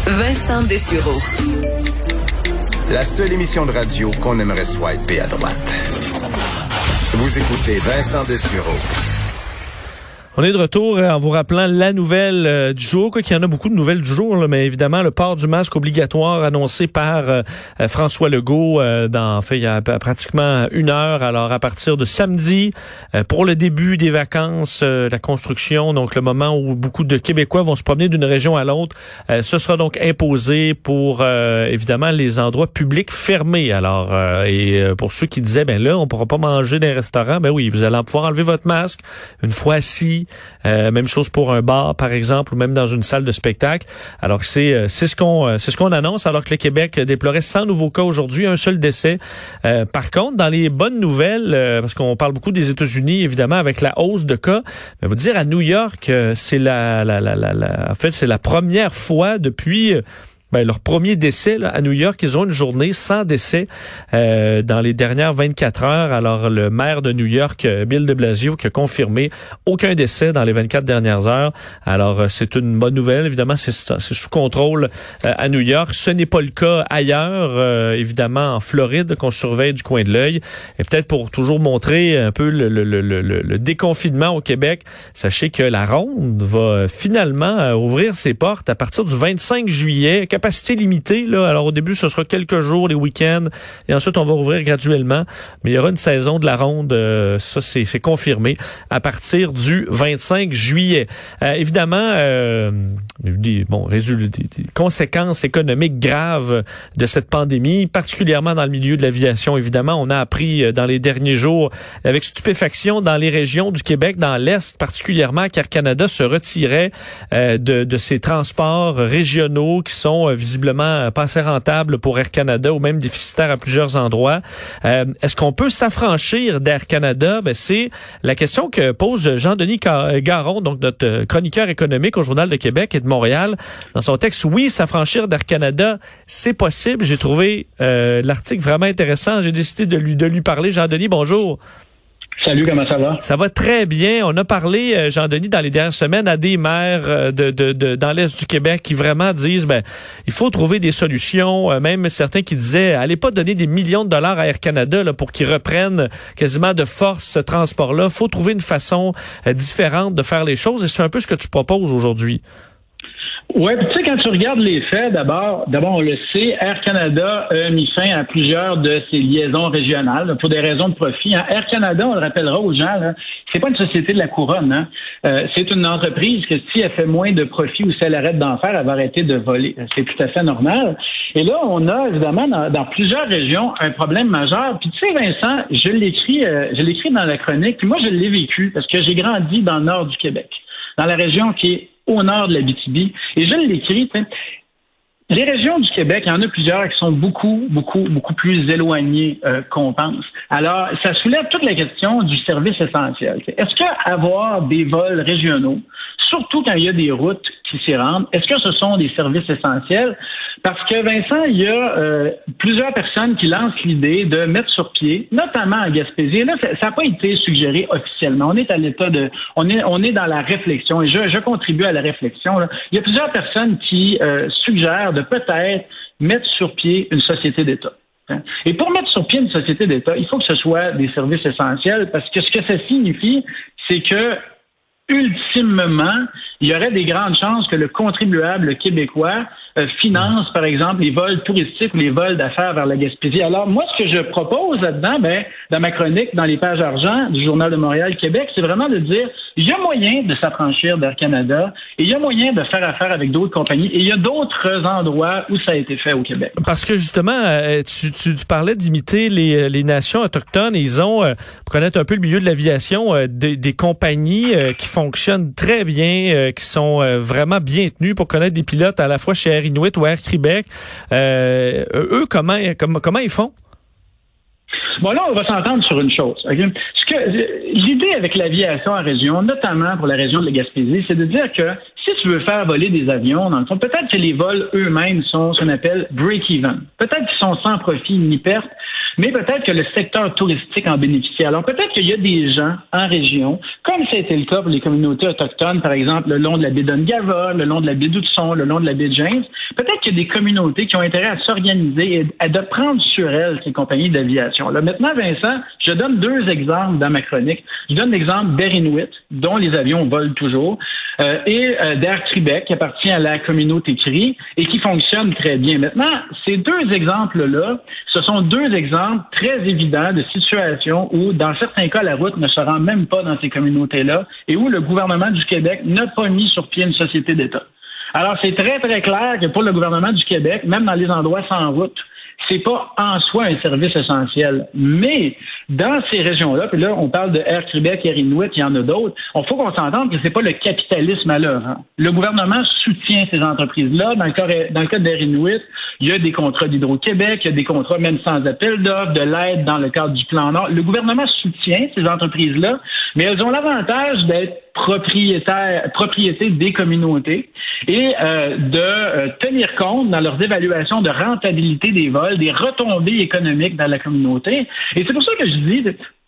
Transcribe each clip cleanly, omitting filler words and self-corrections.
Vincent Dessureau. La seule émission de radio qu'on aimerait swiper à droite. Vous écoutez Vincent Dessureau. On est de retour en vous rappelant la nouvelle du jour, quoi qu'il y en a beaucoup de nouvelles du jour, là, mais évidemment le port du masque obligatoire annoncé par François Legault il y a pratiquement une heure. Alors à partir de samedi, pour le début des vacances, la construction, donc le moment où beaucoup de Québécois vont se promener d'une région à l'autre, ce sera donc imposé pour évidemment les endroits publics fermés. Alors pour ceux qui disaient ben là on pourra pas manger dans les restaurants, ben oui, vous allez pouvoir enlever votre masque une fois assis. Même chose pour un bar, par exemple, ou même dans une salle de spectacle. Alors c'est ce qu'on annonce, alors que le Québec déplorait 100 nouveaux cas aujourd'hui, un seul décès. Par contre, dans les bonnes nouvelles, parce qu'on parle beaucoup des États-Unis, évidemment, avec la hausse de cas, mais vous dire à New York, c'est en fait, c'est la première fois depuis leur premier décès là, à New York, ils ont une journée sans décès dans les dernières 24 heures. Alors, le maire de New York, Bill de Blasio, qui a confirmé aucun décès dans les 24 dernières heures. Alors, c'est une bonne nouvelle. Évidemment, c'est sous contrôle à New York. Ce n'est pas le cas ailleurs, évidemment, en Floride, qu'on surveille du coin de l'œil. Et peut-être pour toujours montrer un peu le déconfinement au Québec, sachez que la Ronde va finalement ouvrir ses portes à partir du 25 juillet. Capacité limitée, là. Alors, au début, ce sera quelques jours, les week-ends, et ensuite, on va rouvrir graduellement. Mais il y aura une saison de la ronde, ça, c'est confirmé, à partir du 25 juillet. Évidemment, des conséquences économiques graves de cette pandémie, particulièrement dans le milieu de l'aviation. Évidemment, on a appris dans les derniers jours, avec stupéfaction, dans les régions du Québec, dans l'Est particulièrement, qu'Air Canada se retirait de ces transports régionaux qui sont visiblement pas assez rentables pour Air Canada ou même déficitaires à plusieurs endroits. Est-ce qu'on peut s'affranchir d'Air Canada? Ben, c'est la question que pose Jean-Denis Garon, donc notre chroniqueur économique au Journal de Québec et de Montréal. Dans son texte, oui, s'affranchir d'Air Canada, c'est possible. J'ai trouvé l'article vraiment intéressant. J'ai décidé de lui parler. Jean-Denis, bonjour. Salut, comment ça va? Ça va très bien. On a parlé, Jean-Denis, dans les dernières semaines à des maires dans l'Est du Québec qui vraiment disent, il faut trouver des solutions. Même certains qui disaient, allez pas donner des millions de dollars à Air Canada là, pour qu'ils reprennent quasiment de force ce transport-là. Faut trouver une façon différente de faire les choses et c'est un peu ce que tu proposes aujourd'hui. Oui, tu sais, quand tu regardes les faits, d'abord, on le sait, Air Canada a mis fin à plusieurs de ses liaisons régionales pour des raisons de profit. Air Canada, on le rappellera aux gens, là, c'est pas une société de la couronne. C'est une entreprise que si elle fait moins de profit ou si elle arrête d'en faire, elle va arrêter de voler. C'est tout à fait normal. Et là, on a évidemment dans plusieurs régions un problème majeur. Puis tu sais, Vincent, je l'écris dans la chronique, puis moi je l'ai vécu parce que j'ai grandi dans le nord du Québec, dans la région qui est au nord de l'Abitibi. Et je l'écris, les régions du Québec, il y en a plusieurs qui sont beaucoup plus éloignées qu'on pense. Alors, ça soulève toute la question du service essentiel. Est-ce qu'avoir des vols régionaux, surtout quand il y a des routes qui s'y rendent, est-ce que ce sont des services essentiels? Parce que, Vincent, il y a plusieurs personnes qui lancent l'idée de mettre sur pied, notamment à Gaspésie. Et là, ça n'a pas été suggéré officiellement. On est à l'état de... On est dans la réflexion et je contribue à la réflexion. Là. Il y a plusieurs personnes qui suggèrent de peut-être mettre sur pied une société d'État. Et pour mettre sur pied une société d'État, il faut que ce soit des services essentiels parce que ce que ça signifie, c'est que ultimement, il y aurait des grandes chances que le contribuable québécois finance, par exemple, les vols touristiques ou les vols d'affaires vers la Gaspésie. Alors, moi, ce que je propose là-dedans, dans ma chronique, dans les pages argent du Journal de Montréal-Québec, c'est vraiment de dire, il y a moyen de s'affranchir d'Air Canada et il y a moyen de faire affaire avec d'autres compagnies et il y a d'autres endroits où ça a été fait au Québec. Parce que, justement, tu parlais d'imiter les nations autochtones et ils ont, pour connaître un peu le milieu de l'aviation, des compagnies qui fonctionnent très bien, qui sont vraiment bien tenues pour connaître des pilotes à la fois chez Air Inuit ou Air Québec. Eux, comment ils font? Bon, là, on va s'entendre sur une chose. Okay? L'idée avec l'aviation en région, notamment pour la région de la Gaspésie, c'est de dire que si tu veux faire voler des avions, dans le fond, peut-être que les vols eux-mêmes sont ce qu'on appelle break-even. Peut-être qu'ils sont sans profit ni perte, mais peut-être que le secteur touristique en bénéficie. Alors peut-être qu'il y a des gens en région, comme ça a été le cas pour les communautés autochtones, par exemple, le long de la baie d'Ongava, le long de la baie d'Hudson, le long de la baie de James, peut-être qu'il y a des communautés qui ont intérêt à s'organiser et à de prendre sur elles ces compagnies d'aviation. Là, maintenant, Vincent, je donne 2 exemples dans ma chronique. Je donne l'exemple d'Air-Inuit, dont les avions volent toujours, et d'Air Québec, qui appartient à la communauté CRI et qui fonctionne très bien. Maintenant, ces 2 exemples-là, ce sont 2 exemples très évidents de situations où, dans certains cas, la route ne se rend même pas dans ces communautés-là et où le gouvernement du Québec n'a pas mis sur pied une société d'État. Alors, c'est très, très clair que pour le gouvernement du Québec, même dans les endroits sans route, c'est pas en soi un service essentiel. Mais dans ces régions-là, puis là, on parle de Air Québec, Air Inuit, il y en a d'autres, il faut qu'on s'entende que c'est pas le capitalisme à l'œuvre. Hein. Le gouvernement soutient ces entreprises-là. Dans le cas d'Air Inuit, il y a des contrats d'Hydro-Québec, il y a des contrats même sans appel d'offres, de l'aide dans le cadre du Plan Nord. Le gouvernement soutient ces entreprises-là, mais elles ont l'avantage d'être propriété des communautés et de tenir compte dans leurs évaluations de rentabilité des vols, des retombées économiques dans la communauté. Et c'est pour ça que je dis,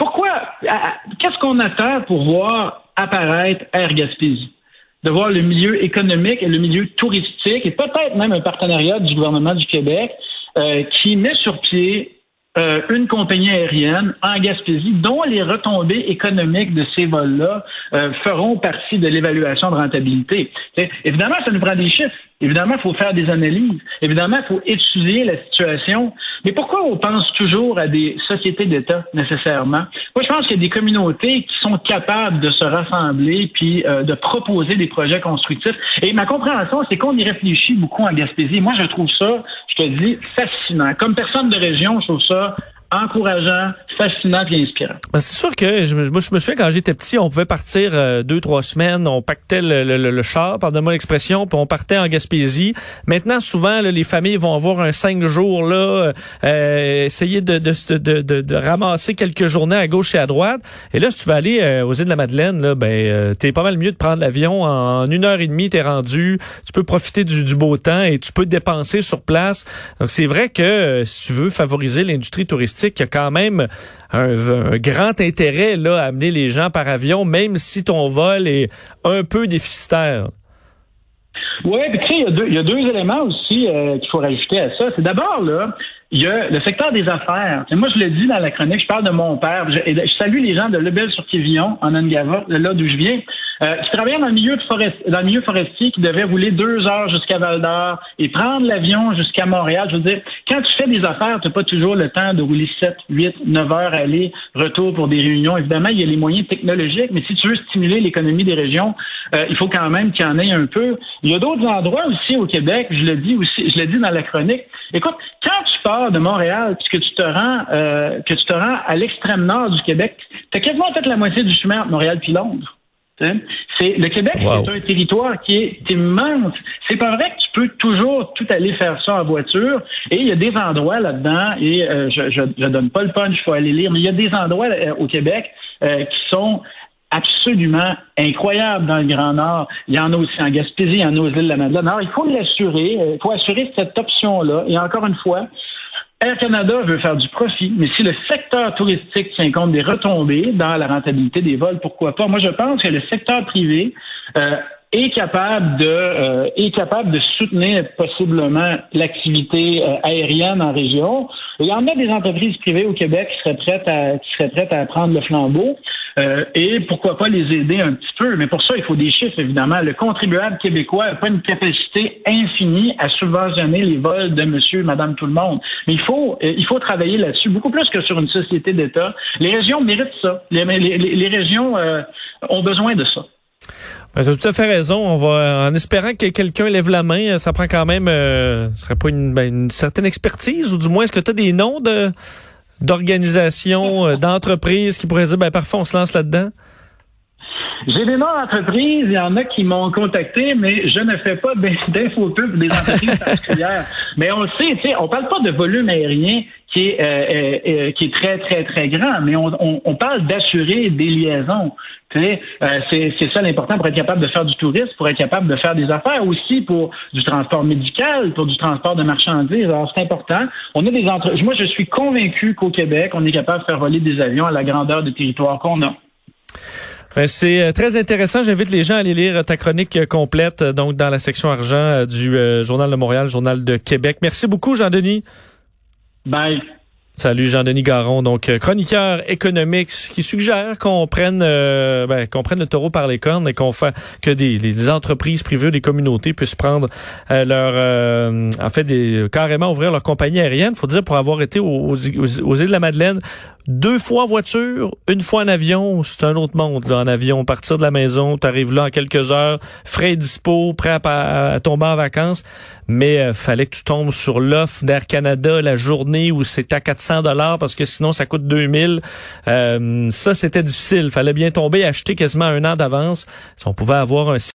qu'est-ce qu'on attend pour voir apparaître Air Gaspésie? De voir le milieu économique et le milieu touristique et peut-être même un partenariat du gouvernement du Québec qui met sur pied une compagnie aérienne en Gaspésie dont les retombées économiques de ces vols-là feront partie de l'évaluation de rentabilité. Évidemment, ça nous prend des chiffres. Évidemment, il faut faire des analyses. Évidemment, il faut étudier la situation. Mais pourquoi on pense toujours à des sociétés d'État, nécessairement? Moi, je pense qu'il y a des communautés qui sont capables de se rassembler puis de proposer des projets constructifs. Et ma compréhension, c'est qu'on y réfléchit beaucoup en Gaspésie. Moi, je trouve ça, je te dis, fascinant. Comme personne de région, je trouve ça encourageant, fascinant et inspirant. Ben, c'est sûr que je me souviens quand j'étais petit, on pouvait partir 2-3 semaines, on pactait le char, pardonne-moi l'expression, puis on partait en Gaspésie. Maintenant, souvent, là, les familles vont avoir un 5 jours là, essayer de ramasser quelques journées à gauche et à droite. Et là, si tu vas aller aux Îles-de-la-Madeleine, là, t'es pas mal mieux de prendre l'avion en 1h30, t'es rendu, tu peux profiter du beau temps et tu peux dépenser sur place. Donc, c'est vrai que si tu veux favoriser l'industrie touristique, il y a quand même un grand intérêt là à amener les gens par avion, même si ton vol est un peu déficitaire. Oui, puis tu sais, il y a deux éléments aussi qu'il faut rajouter à ça. C'est d'abord, là, il y a le secteur des affaires. Et moi, je le dis dans la chronique, je parle de mon père. Je salue les gens de Lebel-sur-Quévillon, en Ongava, là d'où je viens, qui travaillaient dans le milieu forestier, qui devaient rouler 2 heures jusqu'à Val-d'Or et prendre l'avion jusqu'à Montréal. Je veux dire, quand tu fais des affaires, tu n'as pas toujours le temps de rouler 7, 8, 9 heures aller, retour pour des réunions. Évidemment, il y a les moyens technologiques, mais si tu veux stimuler l'économie des régions, il faut quand même qu'il y en ait un peu. Il y a d'autres endroits aussi au Québec, je le dis dans la chronique. Écoute, quand tu pars de Montréal puisque tu te rends à l'extrême nord du Québec, tu as quasiment fait la moitié du chemin entre Montréal puis Londres. Le Québec, wow. C'est un territoire qui est immense. C'est pas vrai que tu peux toujours tout aller faire ça en voiture. Et il y a des endroits là-dedans, et je donne pas le punch, il faut aller lire, mais il y a des endroits au Québec qui sont absolument incroyables dans le Grand Nord. Il y en a aussi en Gaspésie, il y en a aux Îles-de-la-Madeleine. Alors, il faut l'assurer, il faut assurer cette option-là. Et encore une fois, Air Canada veut faire du profit, mais si le secteur touristique tient compte des retombées dans la rentabilité des vols, pourquoi pas? Moi, je pense que le secteur privé est capable de soutenir possiblement l'activité aérienne en région. Il y en a des entreprises privées au Québec qui seraient prêtes à prendre le flambeau et pourquoi pas les aider un petit peu. Mais pour ça, il faut des chiffres, évidemment. Le contribuable québécois n'a pas une capacité infinie à subventionner les vols de monsieur, madame, tout le monde. Mais il faut travailler là-dessus, beaucoup plus que sur une société d'État. Les régions méritent ça. Les régions ont besoin de ça. Ben, tu as tout à fait raison. On va, en espérant que quelqu'un lève la main, ça prend quand même, ce serait pas une certaine expertise, ou du moins, est-ce que tu as des noms d'organisations, d'entreprises qui pourraient dire, parfois on se lance là-dedans? J'ai des noms d'entreprises, il y en a qui m'ont contacté, mais je ne fais pas d'infopub des entreprises particulières. Mais on le sait, tu sais, on parle pas de volume aérien qui est très, très, très grand, mais on parle d'assurer des liaisons. Tu sais, c'est ça l'important pour être capable de faire du tourisme, pour être capable de faire des affaires aussi, pour du transport médical, pour du transport de marchandises. Alors, c'est important. On a des Moi, je suis convaincu qu'au Québec, on est capable de faire voler des avions à la grandeur de territoire qu'on a. Ben, c'est très intéressant. J'invite les gens à aller lire ta chronique complète, donc dans la section argent du Journal de Montréal, Journal de Québec. Merci beaucoup, Jean-Denis. Bye. Salut, Jean-Denis Garon, donc chroniqueur économique, qui suggère qu'on prenne le taureau par les cornes et qu'on fait que les entreprises privées ou des communautés puissent prendre carrément ouvrir leur compagnie aérienne. Faut dire, pour avoir été aux îles de la Madeleine 2 fois en voiture, 1 fois en avion, c'est un autre monde, là, en avion. Partir de la maison, t'arrives là en quelques heures, frais dispo, prêt à tomber en vacances. Mais fallait que tu tombes sur l'offre d'Air Canada la journée où c'est à $400 parce que sinon ça coûte 2000. Ça, c'était difficile. Fallait bien tomber, acheter quasiment 1 an d'avance. Si on pouvait avoir un